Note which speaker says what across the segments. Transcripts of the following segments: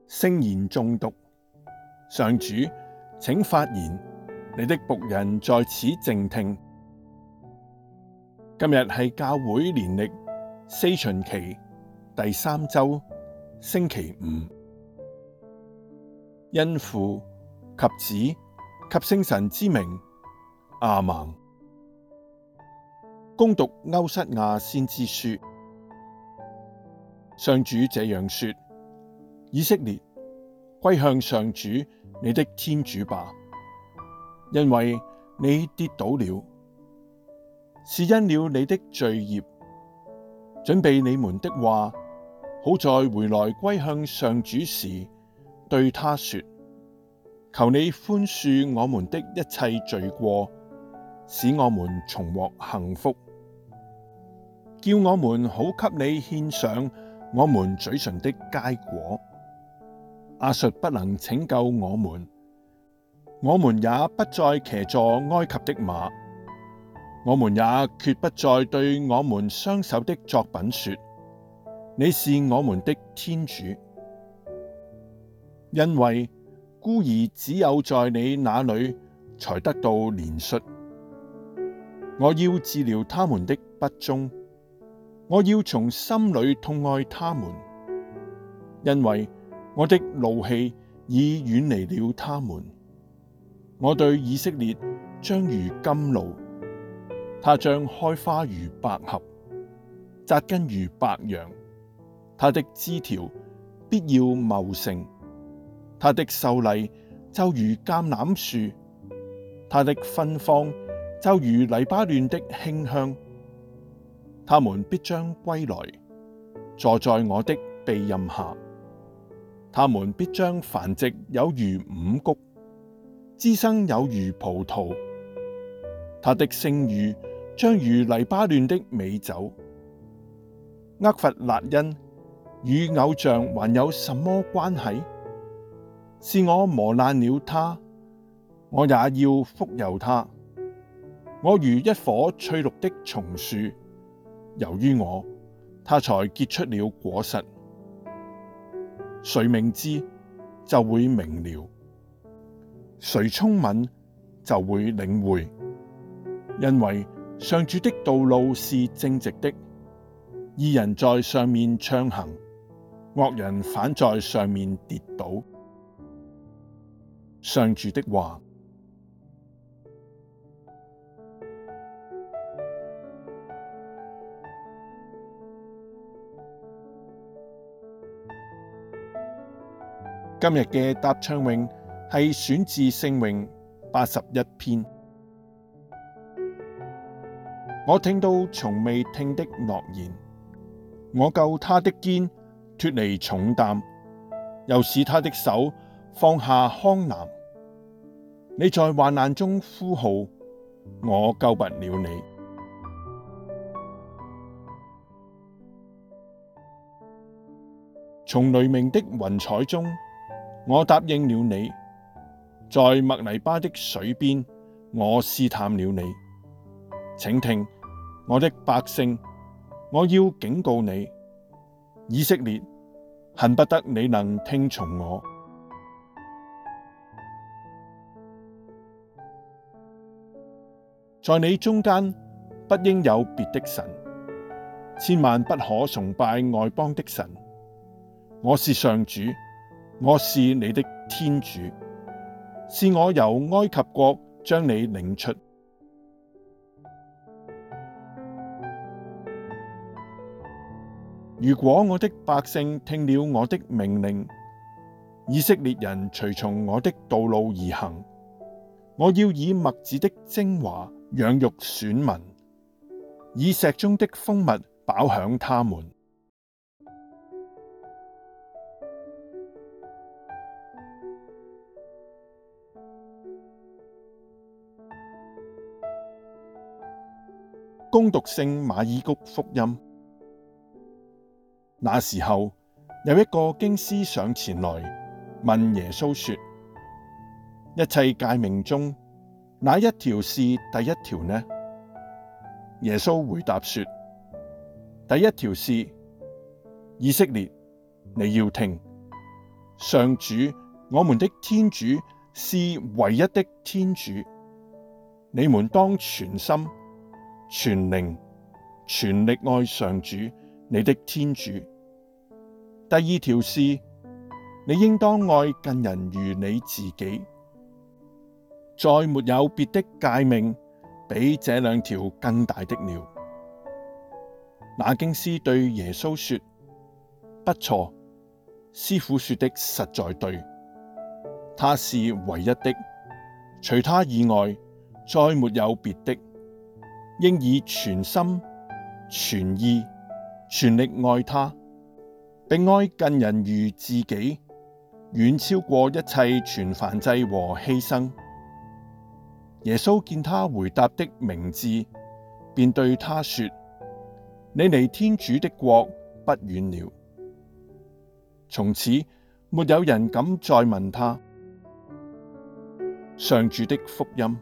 Speaker 1: 聖言誦讀。上主，請發言，你的僕人在此靜聽。今日係教會年曆四旬期第3週星期五，因父及子及聖神之名，阿們。恭讀歐瑟亞先知書。上主這樣說：以色列，歸向上主你的天主吧，因為你跌倒了，是因了你的罪孽。準備你們的話，好在回來歸向上主時，對他說：求你寬恕我們的一切罪過，使我們重獲幸福，叫我們好給你獻上我們嘴唇的佳果。亞述不能拯救我們，我們也不再騎坐埃及的馬，我們也決不再對我們雙手的作品說：你是我們的天主。因為孤兒只有在你那裏才得到憐恤。我要治療他們的不忠，我要從心裏痛愛他們，因為我的怒氣已遠離了他們。我對以色列將如甘露，它將開花如百合，扎根如白楊，它的枝條必要茂盛，它的秀麗就如橄欖樹，它的芬芳就如黎巴嫩的馨香。他們必將歸來，坐在我的庇蔭下。他們必將繁殖有如五穀，滋生有如葡萄。他的聲譽將如黎巴嫩的美酒。厄弗辣因與偶像還有什麼關係？是我磨爛了它，我也要福佑它。我如一棵翠綠的松樹，由於我，它才結出了果實。誰明智，就會明了；誰聰敏，就會領會。因為上主的道路是正直的，義人在上面暢行，惡人反在上面跌倒。上主的話。今日嘅答唱詠係選自聖詠81篇。我聽到從未聽的諾言，我救他的肩脫離重擔，又使他的手放下康楠。你在患難中呼號，我救拔了你。從雷鳴的雲彩中，我答應了你，在麥黎巴的水邊，我試探了你。請聽，我的百姓，我要警告你，以色列，恨不得你能聽從我。在你中間，不應有別的神，千萬不可崇拜外邦的神。我是上主，我是你的天主，是我由埃及國將你領出。如果我的百姓聽了我的命令，以色列人隨從我的道路而行，我要以麥子的精華養育選民，以石中的蜂蜜飽享他們。恭讀聖馬爾谷福音。那時候，有一個經師上前來問耶穌說：一切誡命中，哪一條是第一條呢？耶穌回答說：第一條是，以色列，你要聽， 上主，我們的天主是唯一的天主，你們當全心、全靈、全力愛上主，你的天主。第二條是，你應當愛近人如你自己。再沒有別的誡命比這兩條更大的了。那經師對耶穌說：不錯，師傅說的實在對，他是唯一的，除他以外，再沒有別的。應以全心、全意、全力愛他，並愛近人如自己，遠超過一切全燔祭和犧牲。耶穌見他回答的明智，便對他說：你離天主的國不遠了。從此沒有人敢再問他。上主的福音。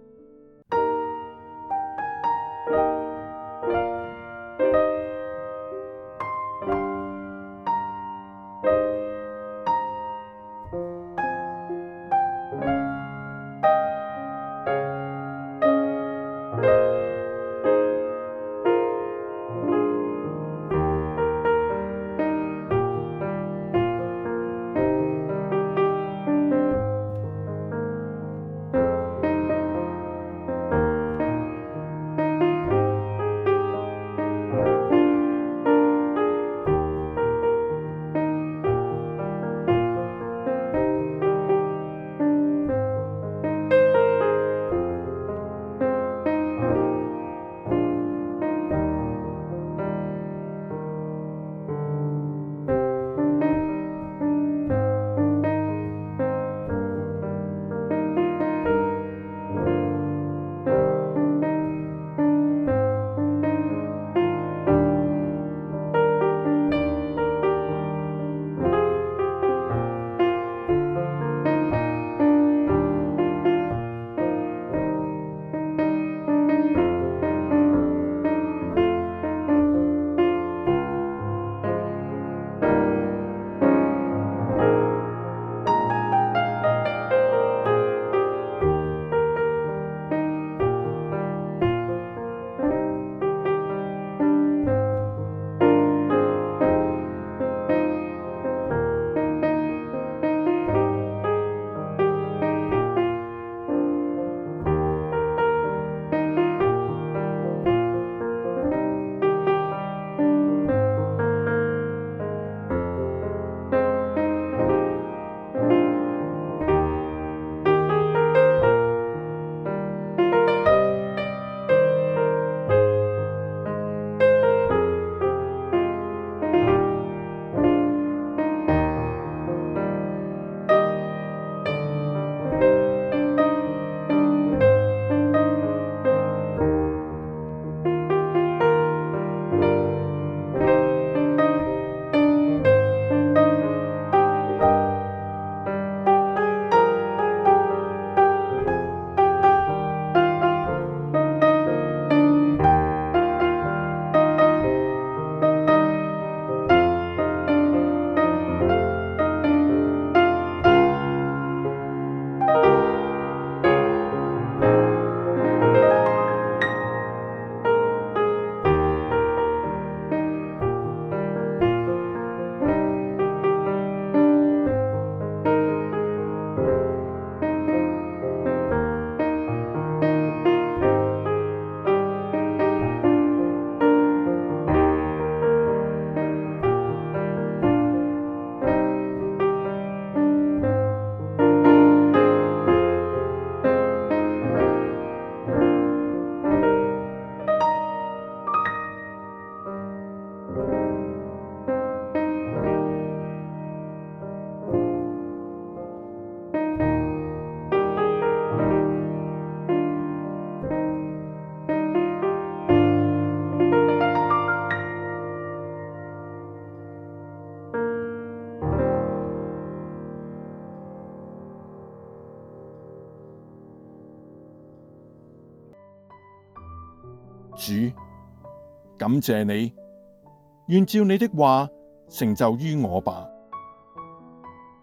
Speaker 2: 主，感謝你，願照你的話成就於我吧。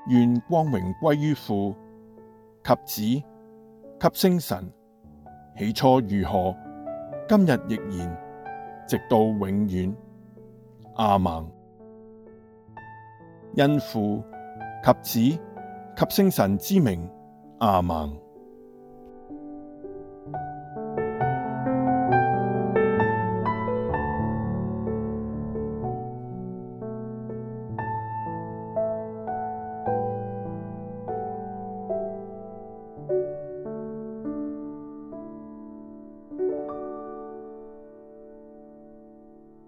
Speaker 1: 願光榮歸於父及子及聖神，起初如何，今日亦然，直到永遠。阿孟。因父及子及聖神之名。阿孟。